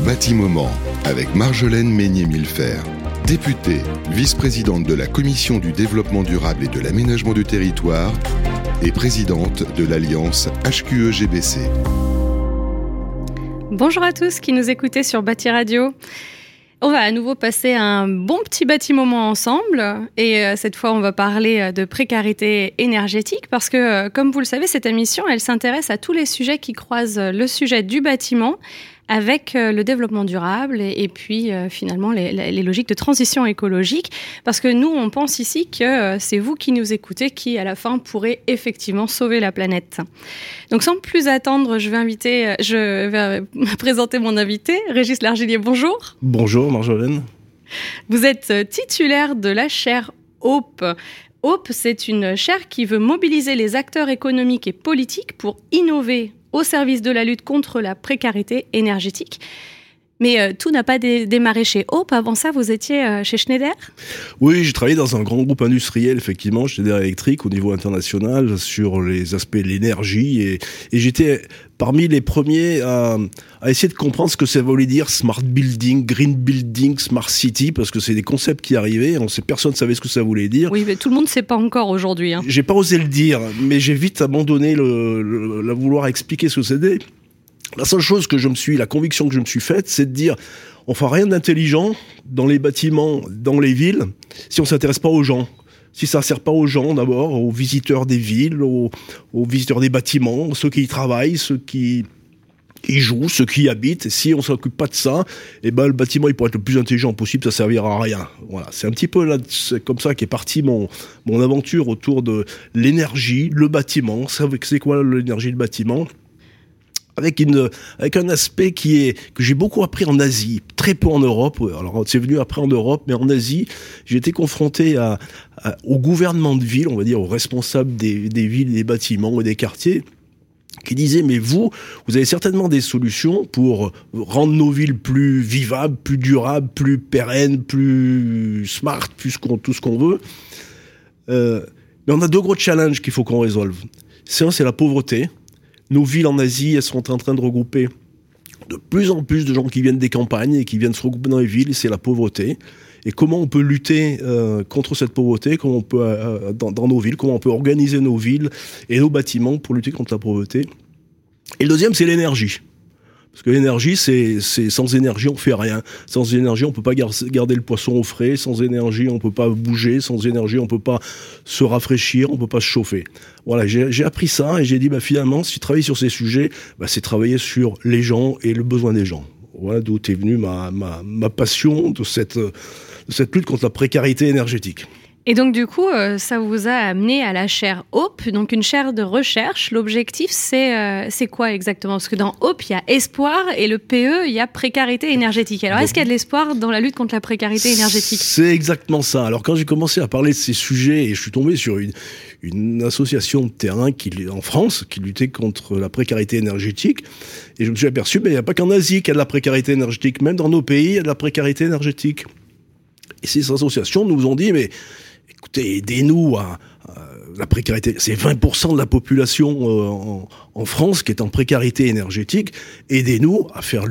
Bâti-Moment avec Marjolaine Meignier-Millefer, députée, vice-présidente de la Commission du développement durable et de l'aménagement du territoire et présidente de l'Alliance HQE-GBC. Bonjour à tous qui nous écoutez sur Bâti Radio. On va à nouveau passer un bon petit bâti-moment ensemble et cette fois on va parler de précarité énergétique parce que comme vous le savez, cette émission elle s'intéresse à tous les sujets qui croisent le sujet du bâtiment avec le développement durable et puis finalement les logiques de transition écologique parce que nous on pense ici que c'est vous qui nous écoutez qui à la fin pourrez effectivement sauver la planète. Donc sans plus attendre, je vais présenter mon invité, Régis Largillier, bonjour. Bonjour Marjolaine. Vous êtes titulaire de la chaire HOPE. HOPE, c'est une chaire qui veut mobiliser les acteurs économiques et politiques pour innover au service de la lutte contre la précarité énergétique. Mais tout n'a pas démarré chez HOPE. Avant ça, vous étiez chez Schneider ? Oui, j'ai travaillé dans un grand groupe industriel, effectivement, Schneider Electric, au niveau international, sur les aspects de l'énergie. Et j'étais parmi les premiers à essayer de comprendre ce que ça voulait dire smart building, green building, smart city, parce que c'est des concepts qui arrivaient. Personne ne savait ce que ça voulait dire. Oui, mais tout le monde ne sait pas encore aujourd'hui. J'ai pas osé le dire, mais j'ai vite abandonné la vouloir expliquer ce que c'était. La seule chose la conviction que je me suis faite, c'est de dire, on fera rien d'intelligent dans les bâtiments, dans les villes, si on s'intéresse pas aux gens. Si ça sert pas aux gens, d'abord, aux visiteurs des villes, aux visiteurs des bâtiments, ceux qui y travaillent, ceux qui y jouent, ceux qui y habitent. Et si on s'occupe pas de ça, le bâtiment, il pourrait être le plus intelligent possible, ça servira à rien. Voilà. C'est un petit peu là, c'est comme ça qu'est partie mon aventure autour de l'énergie, le bâtiment. C'est quoi l'énergie, le bâtiment? Avec un aspect que j'ai beaucoup appris en Asie, très peu en Europe. Alors c'est venu après en Europe, mais en Asie, j'ai été confronté au gouvernement de ville, on va dire aux responsables des villes, des bâtiments et des quartiers, qui disaient mais vous avez certainement des solutions pour rendre nos villes plus vivables, plus durables, plus pérennes, plus smart, tout ce qu'on veut. Mais on a deux gros challenges qu'il faut qu'on résolve. C'est la pauvreté. Nos villes en Asie, elles sont en train de regrouper de plus en plus de gens qui viennent des campagnes et qui viennent se regrouper dans les villes, et c'est la pauvreté. Et comment on peut lutter contre cette pauvreté, comment on peut, dans nos villes, comment on peut organiser nos villes et nos bâtiments pour lutter contre la pauvreté. Et le deuxième, c'est l'énergie. Parce que l'énergie, c'est sans énergie, on fait rien. Sans énergie, on peut pas garder le poisson au frais. Sans énergie, on peut pas bouger. Sans énergie, on peut pas se rafraîchir, on peut pas se chauffer. Voilà, j'ai appris ça et j'ai dit, finalement, si travailler sur ces sujets, c'est travailler sur les gens et le besoin des gens. Voilà d'où est venue ma passion de cette lutte contre la précarité énergétique. Et donc du coup, ça vous a amené à la chaire HOPE, donc une chaire de recherche. L'objectif, c'est quoi exactement ? Parce que dans HOPE, il y a espoir et le PE, il y a précarité énergétique. Alors est-ce qu'il y a de l'espoir dans la lutte contre la précarité énergétique ? C'est exactement ça. Alors quand j'ai commencé à parler de ces sujets, et je suis tombé sur une association de terrain en France qui luttait contre la précarité énergétique, et je me suis aperçu, il n'y a pas qu'en Asie qu'il y a de la précarité énergétique, même dans nos pays, il y a de la précarité énergétique. Et ces associations nous ont dit, écoutez, aidez-nous à la précarité. C'est 20% de la population en France qui est en précarité énergétique. Aidez-nous à faire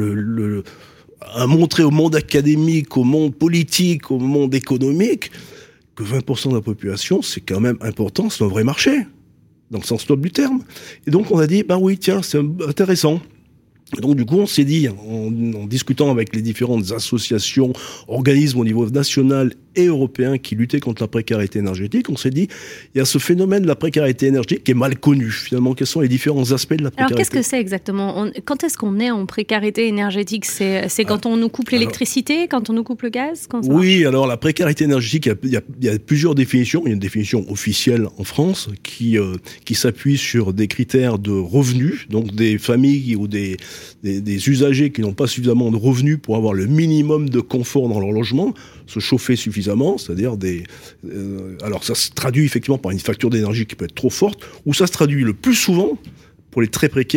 à montrer au monde académique, au monde politique, au monde économique, que 20% de la population, c'est quand même important, c'est un vrai marché, dans le sens noble du terme. Et donc on a dit, oui, tiens, c'est intéressant. Et donc du coup, on s'est dit, en discutant avec les différentes associations, organismes au niveau national et européen qui luttaient contre la précarité énergétique, on s'est dit, il y a ce phénomène de la précarité énergétique qui est mal connu, finalement. Quels sont les différents aspects de la précarité ? Alors qu'est-ce que c'est exactement ? Quand est-ce qu'on est en précarité énergétique ? C'est quand on nous coupe l'électricité, quand on nous coupe le gaz ? Oui, alors la précarité énergétique, il y a plusieurs définitions. Il y a une définition officielle en France qui s'appuie sur des critères de revenus, donc des familles ou des usagers qui n'ont pas suffisamment de revenus pour avoir le minimum de confort dans leur logement, se chauffer suffisamment, c'est-à-dire alors ça se traduit effectivement par une facture d'énergie qui peut être trop forte, ou ça se traduit le plus souvent, pour les très précaires,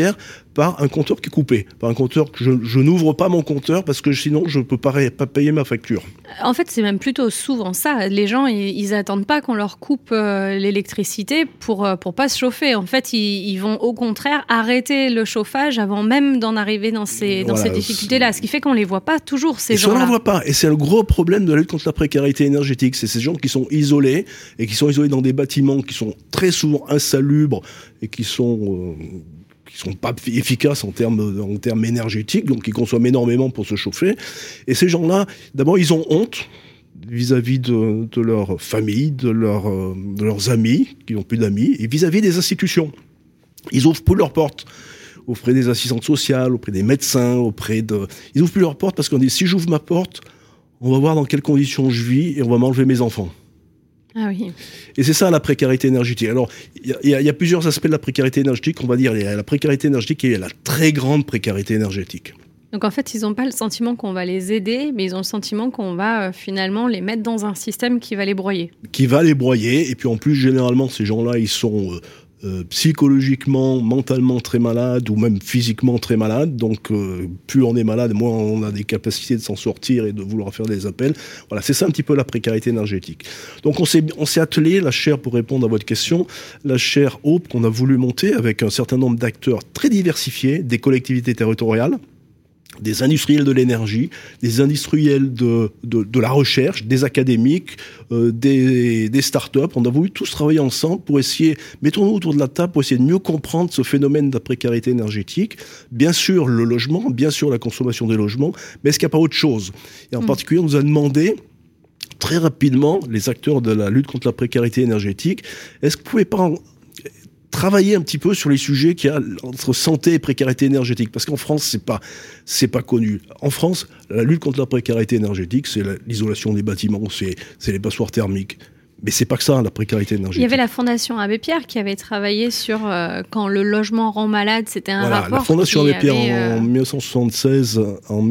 par un compteur qui est coupé, par un compteur que je n'ouvre pas mon compteur parce que sinon je ne peux pas payer ma facture. En fait, c'est même plutôt souvent ça. Les gens, ils attendent pas qu'on leur coupe l'électricité pour pas se chauffer. En fait, ils vont au contraire arrêter le chauffage avant même d'en arriver dans ces difficultés-là. Ce qui fait qu'on les voit pas toujours, ces gens-là. On ne les voit pas. Et c'est le gros problème de la lutte contre la précarité énergétique. C'est ces gens qui sont isolés et qui sont isolés dans des bâtiments qui sont très souvent insalubres et qui sont pas efficaces en termes énergétiques, donc ils consomment énormément pour se chauffer. Et ces gens-là, d'abord, ils ont honte vis-à-vis de leur famille, de leurs amis, qui n'ont plus d'amis, et vis-à-vis des institutions. Ils ouvrent plus leurs portes auprès des assistantes sociales, auprès des médecins, ils ouvrent plus leurs portes parce qu'on dit, si j'ouvre ma porte, on va voir dans quelles conditions je vis et on va m'enlever mes enfants. Ah oui. Et c'est ça la précarité énergétique. Alors, il y a plusieurs aspects de la précarité énergétique. On va dire, il y a la précarité énergétique et il y a la très grande précarité énergétique. Donc en fait, ils n'ont pas le sentiment qu'on va les aider, mais ils ont le sentiment qu'on va finalement les mettre dans un système qui va les broyer. Qui va les broyer. Et puis en plus, généralement, ces gens-là, ils sont psychologiquement, mentalement très malades ou même physiquement très malades. Donc plus on est malade, moins on a des capacités de s'en sortir et de vouloir faire des appels. Voilà, c'est ça un petit peu la précarité énergétique. Donc on s'est attelé, la chaire, pour répondre à votre question, la chaire Hope qu'on a voulu monter avec un certain nombre d'acteurs très diversifiés, des collectivités territoriales, des industriels de l'énergie, des industriels de la recherche, des académiques, des start-up. On a voulu tous travailler ensemble pour essayer, mettons-nous autour de la table pour essayer de mieux comprendre ce phénomène de la précarité énergétique. Bien sûr, le logement, bien sûr, la consommation des logements, mais est-ce qu'il n'y a pas autre chose ? Et en particulier, on nous a demandé très rapidement, les acteurs de la lutte contre la précarité énergétique, est-ce que vous pouvez pas travailler un petit peu sur les sujets qu'il y a entre santé et précarité énergétique, parce qu'en France c'est pas connu. En France, la lutte contre la précarité énergétique, c'est l'isolation des bâtiments, c'est les passoires thermiques. Mais c'est pas que ça, la précarité énergétique. Il y avait la Fondation Abbé Pierre qui avait travaillé sur quand le logement rend malade, c'était un rapport. La Fondation Abbé Pierre en 1976,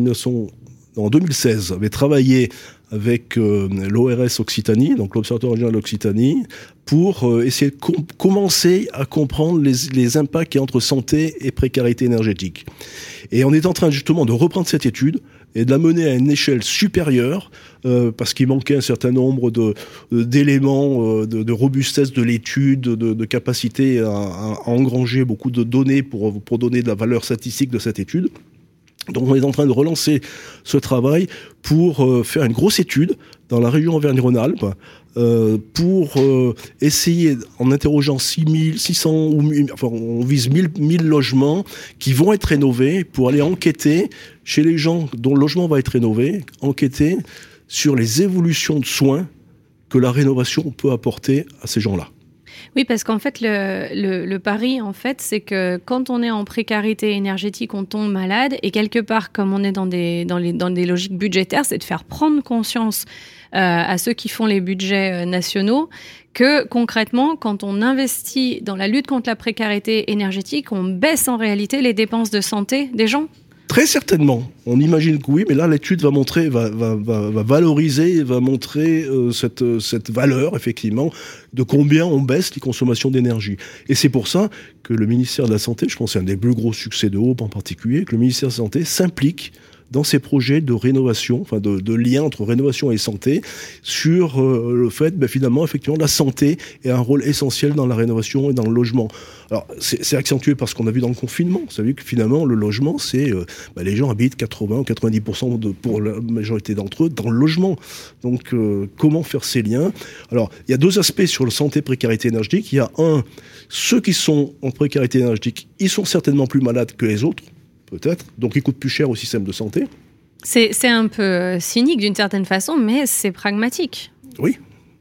en 2016, avait travaillé avec l'ORS Occitanie, donc l'Observatoire régional d'Occitanie, pour essayer de commencer à comprendre les impacts qu'il y a entre santé et précarité énergétique. Et on est en train justement de reprendre cette étude et de la mener à une échelle supérieure, parce qu'il manquait un certain nombre d'éléments de robustesse de l'étude, de capacité à engranger beaucoup de données pour donner de la valeur statistique de cette étude. Donc on est en train de relancer ce travail pour faire une grosse étude dans la région Auvergne-Rhône-Alpes pour essayer, en interrogeant 600 on vise 1000 logements qui vont être rénovés, pour aller enquêter chez les gens dont le logement va être rénové, enquêter sur les évolutions de soins que la rénovation peut apporter à ces gens-là. Oui, parce qu'en fait, le pari, en fait, c'est que quand on est en précarité énergétique, on tombe malade. Et quelque part, comme on est dans des logiques budgétaires, c'est de faire prendre conscience à ceux qui font les budgets nationaux que concrètement, quand on investit dans la lutte contre la précarité énergétique, on baisse en réalité les dépenses de santé des gens. Très certainement. On imagine que oui, mais là, l'étude va montrer, va valoriser, va montrer cette valeur, effectivement, de combien on baisse les consommations d'énergie. Et c'est pour ça que le ministère de la Santé, je pense que c'est un des plus gros succès de Hope en particulier, que le ministère de la Santé s'implique dans ces projets de rénovation, enfin de lien entre rénovation et santé, sur le fait, finalement, effectivement, la santé a un rôle essentiel dans la rénovation et dans le logement. Alors, c'est accentué par ce qu'on a vu dans le confinement. Vous savez que finalement, le logement, c'est les gens habitent 80 ou 90% pour la majorité d'entre eux dans le logement. Donc, comment faire ces liens ? Alors, il y a deux aspects sur la santé et précarité énergétique. Il y a ceux qui sont en précarité énergétique, ils sont certainement plus malades que les autres, peut-être, donc ils coûtent plus cher au système de santé. C'est un peu cynique d'une certaine façon, mais c'est pragmatique. Oui.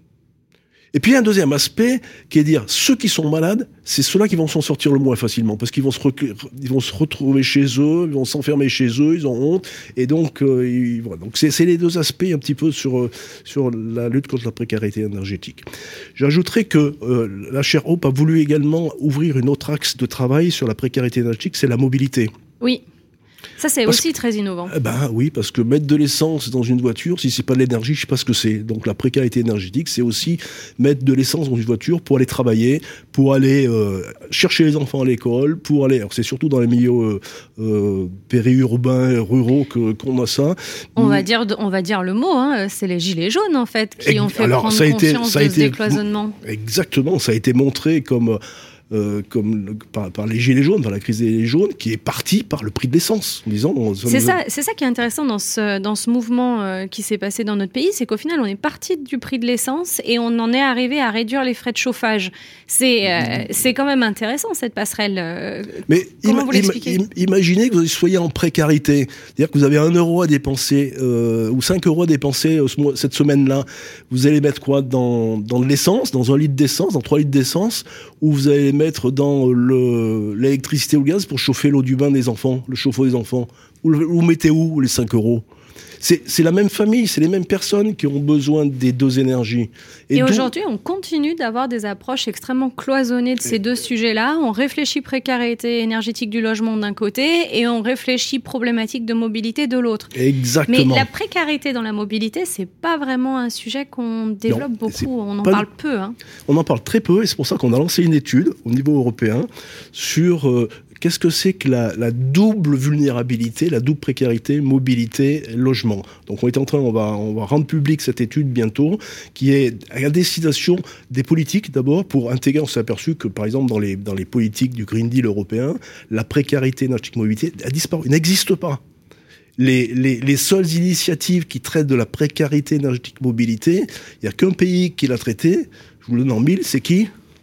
Et puis il y a un deuxième aspect qui est de dire, ceux qui sont malades, c'est ceux-là qui vont s'en sortir le moins facilement, parce qu'ils vont se retrouver chez eux, ils vont s'enfermer chez eux, ils ont honte, et donc, voilà. Donc c'est les deux aspects un petit peu sur la lutte contre la précarité énergétique. J'ajouterais que la chaire Hope a voulu également ouvrir une autre axe de travail sur la précarité énergétique, c'est la mobilité. Oui. Ça, c'est aussi très innovant. Oui, parce que mettre de l'essence dans une voiture, si c'est pas de l'énergie, je sais pas ce que c'est. Donc la précarité énergétique, c'est aussi mettre de l'essence dans une voiture pour aller travailler, pour aller chercher les enfants à l'école, pour aller... Alors c'est surtout dans les milieux périurbains, ruraux qu'on a ça. On va dire le mot, hein, c'est les gilets jaunes, en fait, qui ont fait prendre conscience de ce décloisonnement. Exactement, ça a été montré comme par les gilets jaunes, par la crise des gilets jaunes, qui est partie par le prix de l'essence. C'est ça qui est intéressant dans ce mouvement qui s'est passé dans notre pays, c'est qu'au final, on est parti du prix de l'essence et on en est arrivé à réduire les frais de chauffage. C'est quand même intéressant, cette passerelle. Mais comment vous l'expliquez ? Imaginez que vous soyez en précarité, c'est-à-dire que vous avez 1 euro à dépenser ou 5 euros à dépenser cette semaine-là. Vous allez mettre quoi dans de l'essence, dans 1 litre d'essence, dans 3 litres d'essence, ou vous allez mettre dans l'électricité ou le gaz pour chauffer l'eau du bain des enfants, le chauffe-eau des enfants. Vous mettez où les 5 euros ? C'est la même famille, c'est les mêmes personnes qui ont besoin des deux énergies. Et aujourd'hui, on continue d'avoir des approches extrêmement cloisonnées de ces deux sujets-là. On réfléchit précarité énergétique du logement d'un côté et on réfléchit problématique de mobilité de l'autre. Exactement. Mais la précarité dans la mobilité, c'est pas vraiment un sujet qu'on développe beaucoup. On en parle peu. Hein. On en parle très peu et c'est pour ça qu'on a lancé une étude au niveau européen sur... qu'est-ce que c'est que la double vulnérabilité, la double précarité, mobilité, logement. Donc on va rendre public cette étude bientôt, qui est à destination des politiques d'abord, pour intégrer. On s'est aperçu que par exemple dans les politiques du Green Deal européen, la précarité énergétique mobilité a disparu, n'existe pas. Les seules initiatives qui traitent de la précarité énergétique mobilité, il n'y a qu'un pays qui l'a traité, je vous le donne en 1000, c'est qui ?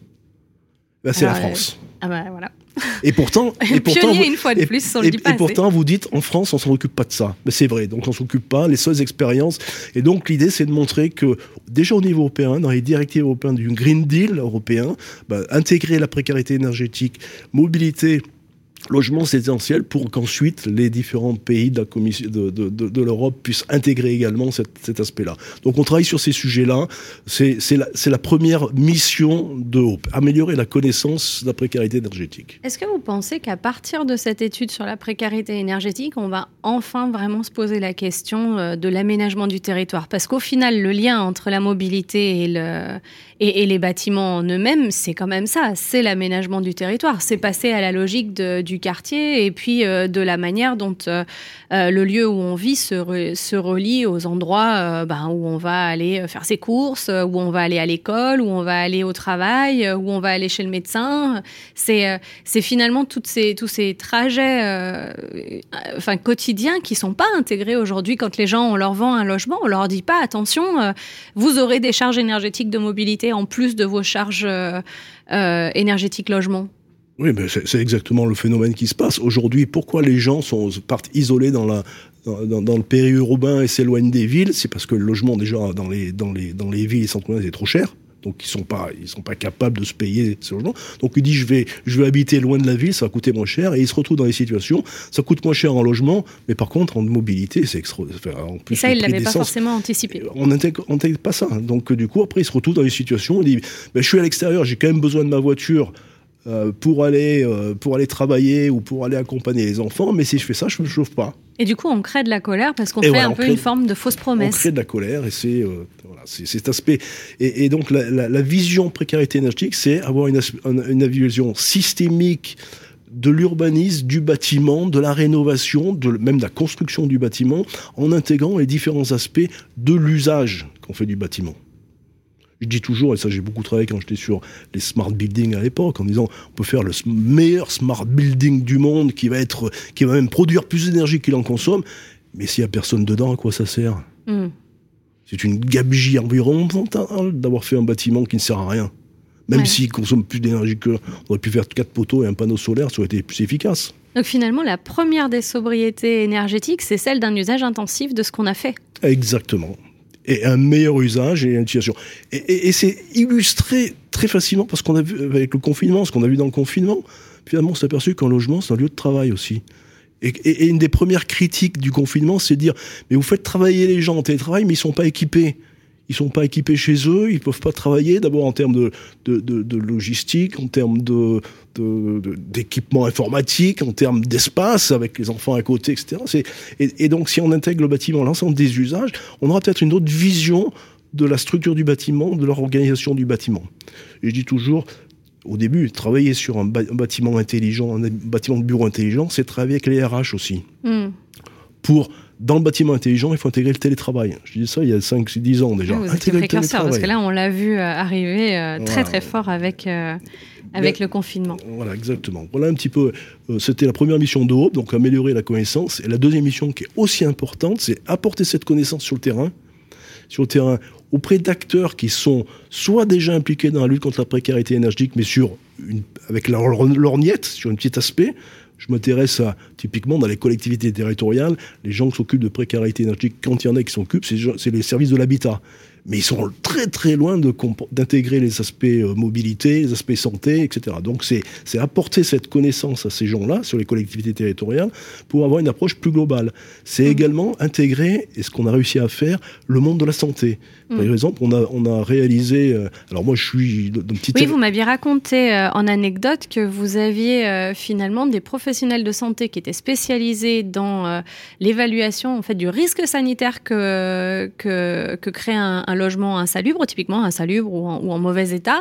C'est la France. Voilà. Et pourtant, pionnier une fois de plus, on le dit pas assez. Pourtant, vous dites, en France, on s'en occupe pas de ça. Mais c'est vrai, donc on s'occupe pas, les seules expériences. Et donc, l'idée, c'est de montrer que, déjà au niveau européen, dans les directives européennes du Green Deal européen, intégrer la précarité énergétique, mobilité, logement, c'est essentiel pour qu'ensuite les différents pays de la Commission de l'Europe puissent intégrer également cet aspect-là. Donc on travaille sur ces sujets-là. C'est la première mission améliorer la connaissance de la précarité énergétique. Est-ce que vous pensez qu'à partir de cette étude sur la précarité énergétique, on va enfin vraiment se poser la question de l'aménagement du territoire ? Parce qu'au final, le lien entre la mobilité et les bâtiments en eux-mêmês, c'est quand même ça, c'est l'aménagement du territoire. C'est passer à la logique du quartier et puis de la manière dont le lieu où on vit se relie aux endroits où on va aller faire ses courses, où on va aller à l'école, où on va aller au travail, où on va aller chez le médecin. C'est finalement tous ces trajets quotidiens qui sont pas intégrés aujourd'hui. Quand les gens, on leur vend un logement, on leur dit pas attention, vous aurez des charges énergétiques de mobilité en plus de vos charges énergétiques logement. Oui, mais c'est exactement le phénomène qui se passe. Aujourd'hui, pourquoi les gens partent isolés dans le périurbain et s'éloignent des villes ? C'est parce que le logement, déjà, dans les villes et centres moyennes, c'est trop cher. Donc, ils sont pas capables de se payer ce logement. Donc, ils disent, je vais habiter loin de la ville, ça va coûter moins cher. Et ils se retrouvent dans des situations, ça coûte moins cher en logement, mais par contre, en mobilité, c'est extra. En plus, et ça, ils l'avaient pas forcément anticipé. On n'intègre pas ça. Donc, du coup, après, ils se retrouvent dans des situations où ils disent, je suis à l'extérieur, j'ai quand même besoin de ma voiture, pour aller travailler ou pour aller accompagner les enfants, mais si je fais ça, je ne me chauffe pas. Et du coup, on crée de la colère parce qu'on fait un peu une forme de fausse promesse. On crée de la colère et c'est cet aspect. Et donc, la vision précarité énergétique, c'est avoir une vision systémique de l'urbanisme, du bâtiment, de la rénovation, même de la construction du bâtiment, en intégrant les différents aspects de l'usage qu'on fait du bâtiment. Je dis toujours, et ça j'ai beaucoup travaillé quand j'étais sur les smart buildings à l'époque, en disant on peut faire le meilleur smart building du monde qui va même produire plus d'énergie qu'il en consomme, mais s'il n'y a personne dedans, à quoi ça sert ? C'est une gabegie environnementale d'avoir fait un bâtiment qui ne sert à rien. Même s'il consomme plus d'énergie on aurait pu faire 4 poteaux et un panneau solaire, ça aurait été plus efficace. Donc finalement, la première des sobriétés énergétiques, c'est celle d'un usage intensif de ce qu'on a fait. Exactement. Et un meilleur usage et une utilisation. Et c'est illustré très facilement parce qu'on a vu avec le confinement, ce qu'on a vu dans le confinement, finalement on s'est aperçu qu'un logement c'est un lieu de travail aussi. Et une des premières critiques du confinement, c'est de dire mais vous faites travailler les gens en télétravail mais ils sont pas équipés. ils sont pas équipés chez eux, ils peuvent pas travailler d'abord en termes de logistique, en termes d'équipement informatique, en termes d'espace avec les enfants à côté, etc. Et donc si on intègre le bâtiment, l'ensemble des usages, on aura peut-être une autre vision de la structure du bâtiment, de leur organisation du bâtiment. Et je dis toujours, au début, travailler sur un bâtiment intelligent, un bâtiment de bureau intelligent, c'est travailler avec les RH aussi. Dans le bâtiment intelligent, il faut intégrer le télétravail. Je disais ça il y a 5-10 ans déjà. Vous étiez précurseur, parce que là, on l'a vu arriver très fort avec le confinement. Voilà, exactement. Voilà un petit peu, c'était la première mission de Hope, donc améliorer la connaissance. Et la deuxième mission qui est aussi importante, c'est apporter cette connaissance sur le terrain auprès d'acteurs qui sont soit déjà impliqués dans la lutte contre la précarité énergétique, mais avec leur lorgnette, sur un petit aspect. Je m'intéresse typiquement dans les collectivités territoriales, les gens qui s'occupent de précarité énergétique, quand il y en a qui s'occupent, c'est les services de l'habitat. Mais ils sont très très loin d'intégrer les aspects mobilité, les aspects santé, etc. Donc c'est apporter cette connaissance à ces gens-là, sur les collectivités territoriales, pour avoir une approche plus globale. C'est également intégrer, et ce qu'on a réussi à faire, le monde de la santé. Par exemple, on a réalisé... alors moi, je suis... Oui, vous m'aviez raconté en anecdote que vous aviez finalement des professionnels de santé qui étaient spécialisés dans l'évaluation en fait, du risque sanitaire que crée un logement insalubre, typiquement insalubre ou en mauvais état,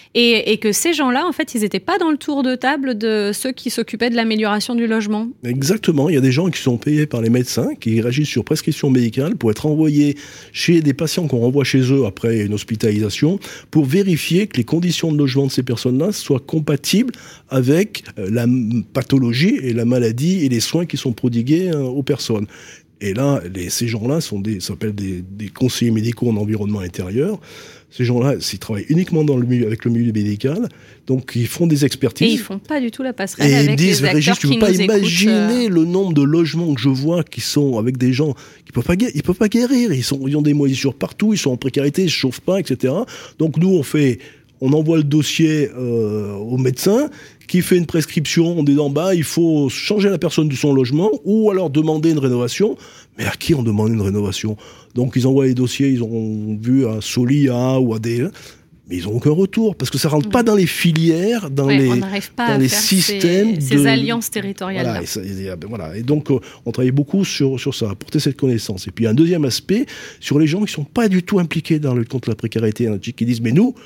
et que ces gens-là, en fait, ils n'étaient pas dans le tour de table de ceux qui s'occupaient de l'amélioration du logement. Exactement, il y a des gens qui sont payés par les médecins, qui réagissent sur prescription médicale pour être envoyés chez des patients qu'on renvoie chez eux après une hospitalisation, pour vérifier que les conditions de logement de ces personnes-là soient compatibles avec la pathologie et la maladie et les soins qui sont prodigués aux personnes. Et là, ces gens-là s'appellent des conseillers médicaux en environnement intérieur. Ces gens-là, ils travaillent uniquement avec le milieu médical, donc ils font des expertises. Et ils font pas du tout la passerelle avec les acteurs Régis, qui nous écoutent. Tu peux pas imaginer le nombre de logements que je vois qui sont avec des gens qui ils peuvent pas guérir. Ils ont des moisissures partout, ils sont en précarité, ils se chauffent pas, etc. Donc nous, on envoie le dossier au médecin qui fait une prescription en disant il faut changer la personne de son logement ou alors demander une rénovation. Mais à qui on demande une rénovation? Donc ils envoient les dossiers, ils ont vu à Solia ou à des... Mais ils n'ont aucun retour, parce que ça ne rentre pas dans les filières, dans les systèmes. Ces alliances territoriales. Voilà. Et donc, on travaille beaucoup sur ça, apporter cette connaissance. Et puis, un deuxième aspect, sur les gens qui ne sont pas du tout impliqués dans la lutte contre la précarité énergétique, qui disent, mais nous,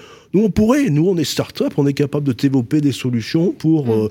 on est start-up, on est capable de développer des solutions pour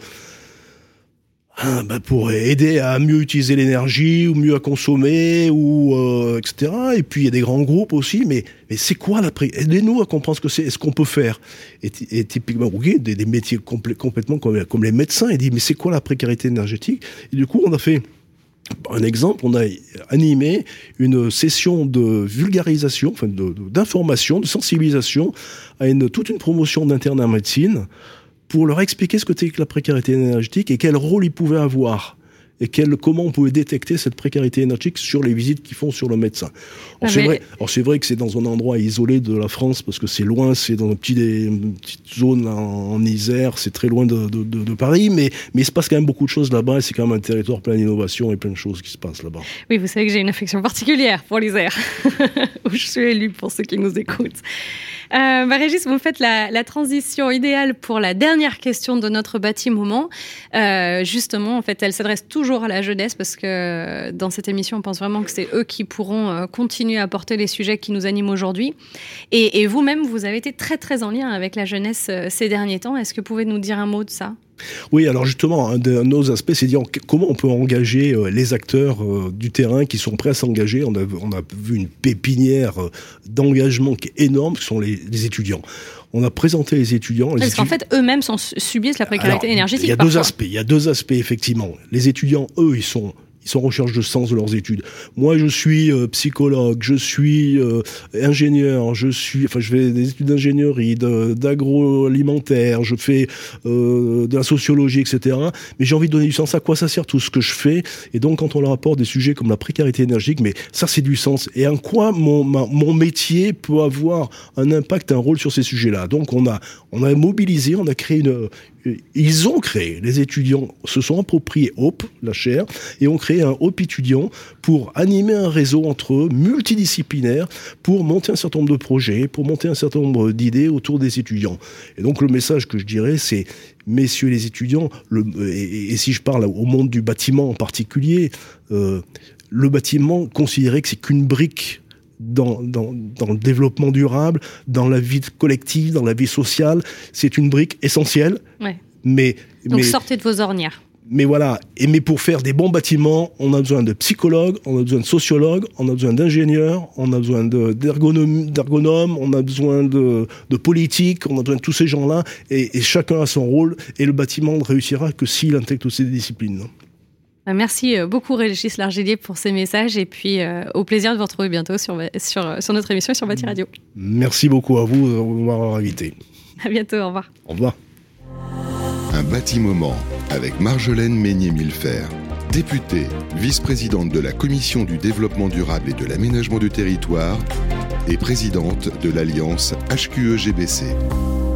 aider à mieux utiliser l'énergie ou mieux à consommer etc. Et puis il y a des grands groupes aussi, mais c'est quoi aidez-nous à comprendre ce que c'est, et ce qu'on peut faire. Et typiquement, des métiers complètement comme les médecins, ils disent mais c'est quoi la précarité énergétique? Et du coup, on a fait un exemple, on a animé une session de vulgarisation, d'information, de sensibilisation à toute une promotion d'internes en médecine, pour leur expliquer ce que c'était que la précarité énergétique et quel rôle ils pouvaient avoir et comment on pouvait détecter cette précarité énergétique sur les visites qu'ils font sur le médecin. C'est vrai que c'est dans un endroit isolé de la France, parce que c'est loin, c'est dans une petite zone en Isère, c'est très loin de Paris, mais il se passe quand même beaucoup de choses là-bas, et c'est quand même un territoire plein d'innovation et plein de choses qui se passent là-bas. Oui, vous savez que j'ai une affection particulière pour l'Isère, où je suis élue pour ceux qui nous écoutent. Régis, vous me faites la transition idéale pour la dernière question de notre bâti-moment. Justement, en fait, elle s'adresse toujours à la jeunesse, parce que dans cette émission, on pense vraiment que c'est eux qui pourront continuer à porter les sujets qui nous animent aujourd'hui. Et vous-même, vous avez été très, très en lien avec la jeunesse ces derniers temps. Est-ce que vous pouvez nous dire un mot de ça ? Oui, alors justement, un de nos aspects, c'est de dire comment on peut engager les acteurs du terrain qui sont prêts à s'engager. On a vu une pépinière d'engagement qui est énorme, qui sont les étudiants. On a présenté les étudiants. Parce qu'en fait, eux-mêmes subissent la précarité énergétique. Il y a deux aspects, effectivement. Les étudiants, eux, ils sont en recherche de sens de leurs études. Moi, je suis psychologue, je suis ingénieur, je fais des études d'ingénierie, d'agroalimentaire, je fais de la sociologie, etc. Mais j'ai envie de donner du sens. À quoi ça sert tout ce que je fais? Et donc, quand on leur apporte des sujets comme la précarité énergétique, mais ça, c'est du sens. Et en quoi mon métier peut avoir un impact, un rôle sur ces sujets-là? Donc, on a mobilisé, on a créé ils ont créé, les étudiants se sont appropriés HOPE, la chaire, et ont créé un HOPE étudiant pour animer un réseau entre eux, multidisciplinaire, pour monter un certain nombre de projets, pour monter un certain nombre d'idées autour des étudiants. Et donc le message que je dirais, c'est, messieurs les étudiants, et si je parle au monde du bâtiment en particulier, le bâtiment, considérez que c'est qu'une brique dans le développement durable, dans la vie collective, dans la vie sociale, c'est une brique essentielle. Ouais. Donc sortez de vos ornières. Mais voilà, mais pour faire des bons bâtiments, on a besoin de psychologues, on a besoin de sociologues, on a besoin d'ingénieurs, on a besoin d'ergonomes, on a besoin de politiques, on a besoin de tous ces gens-là, et chacun a son rôle, et le bâtiment ne réussira que s'il intègre toutes ces disciplines. Merci beaucoup Régis Largelier pour ces messages, et puis au plaisir de vous retrouver bientôt sur notre émission sur Bâti Radio. Merci beaucoup à vous de m'avoir invité. À bientôt, au revoir. Au revoir. Un Bâti-moment avec Marjolaine Meignier-Millefer, députée, vice-présidente de la Commission du développement durable et de l'aménagement du territoire et présidente de l'Alliance HQE-GBC.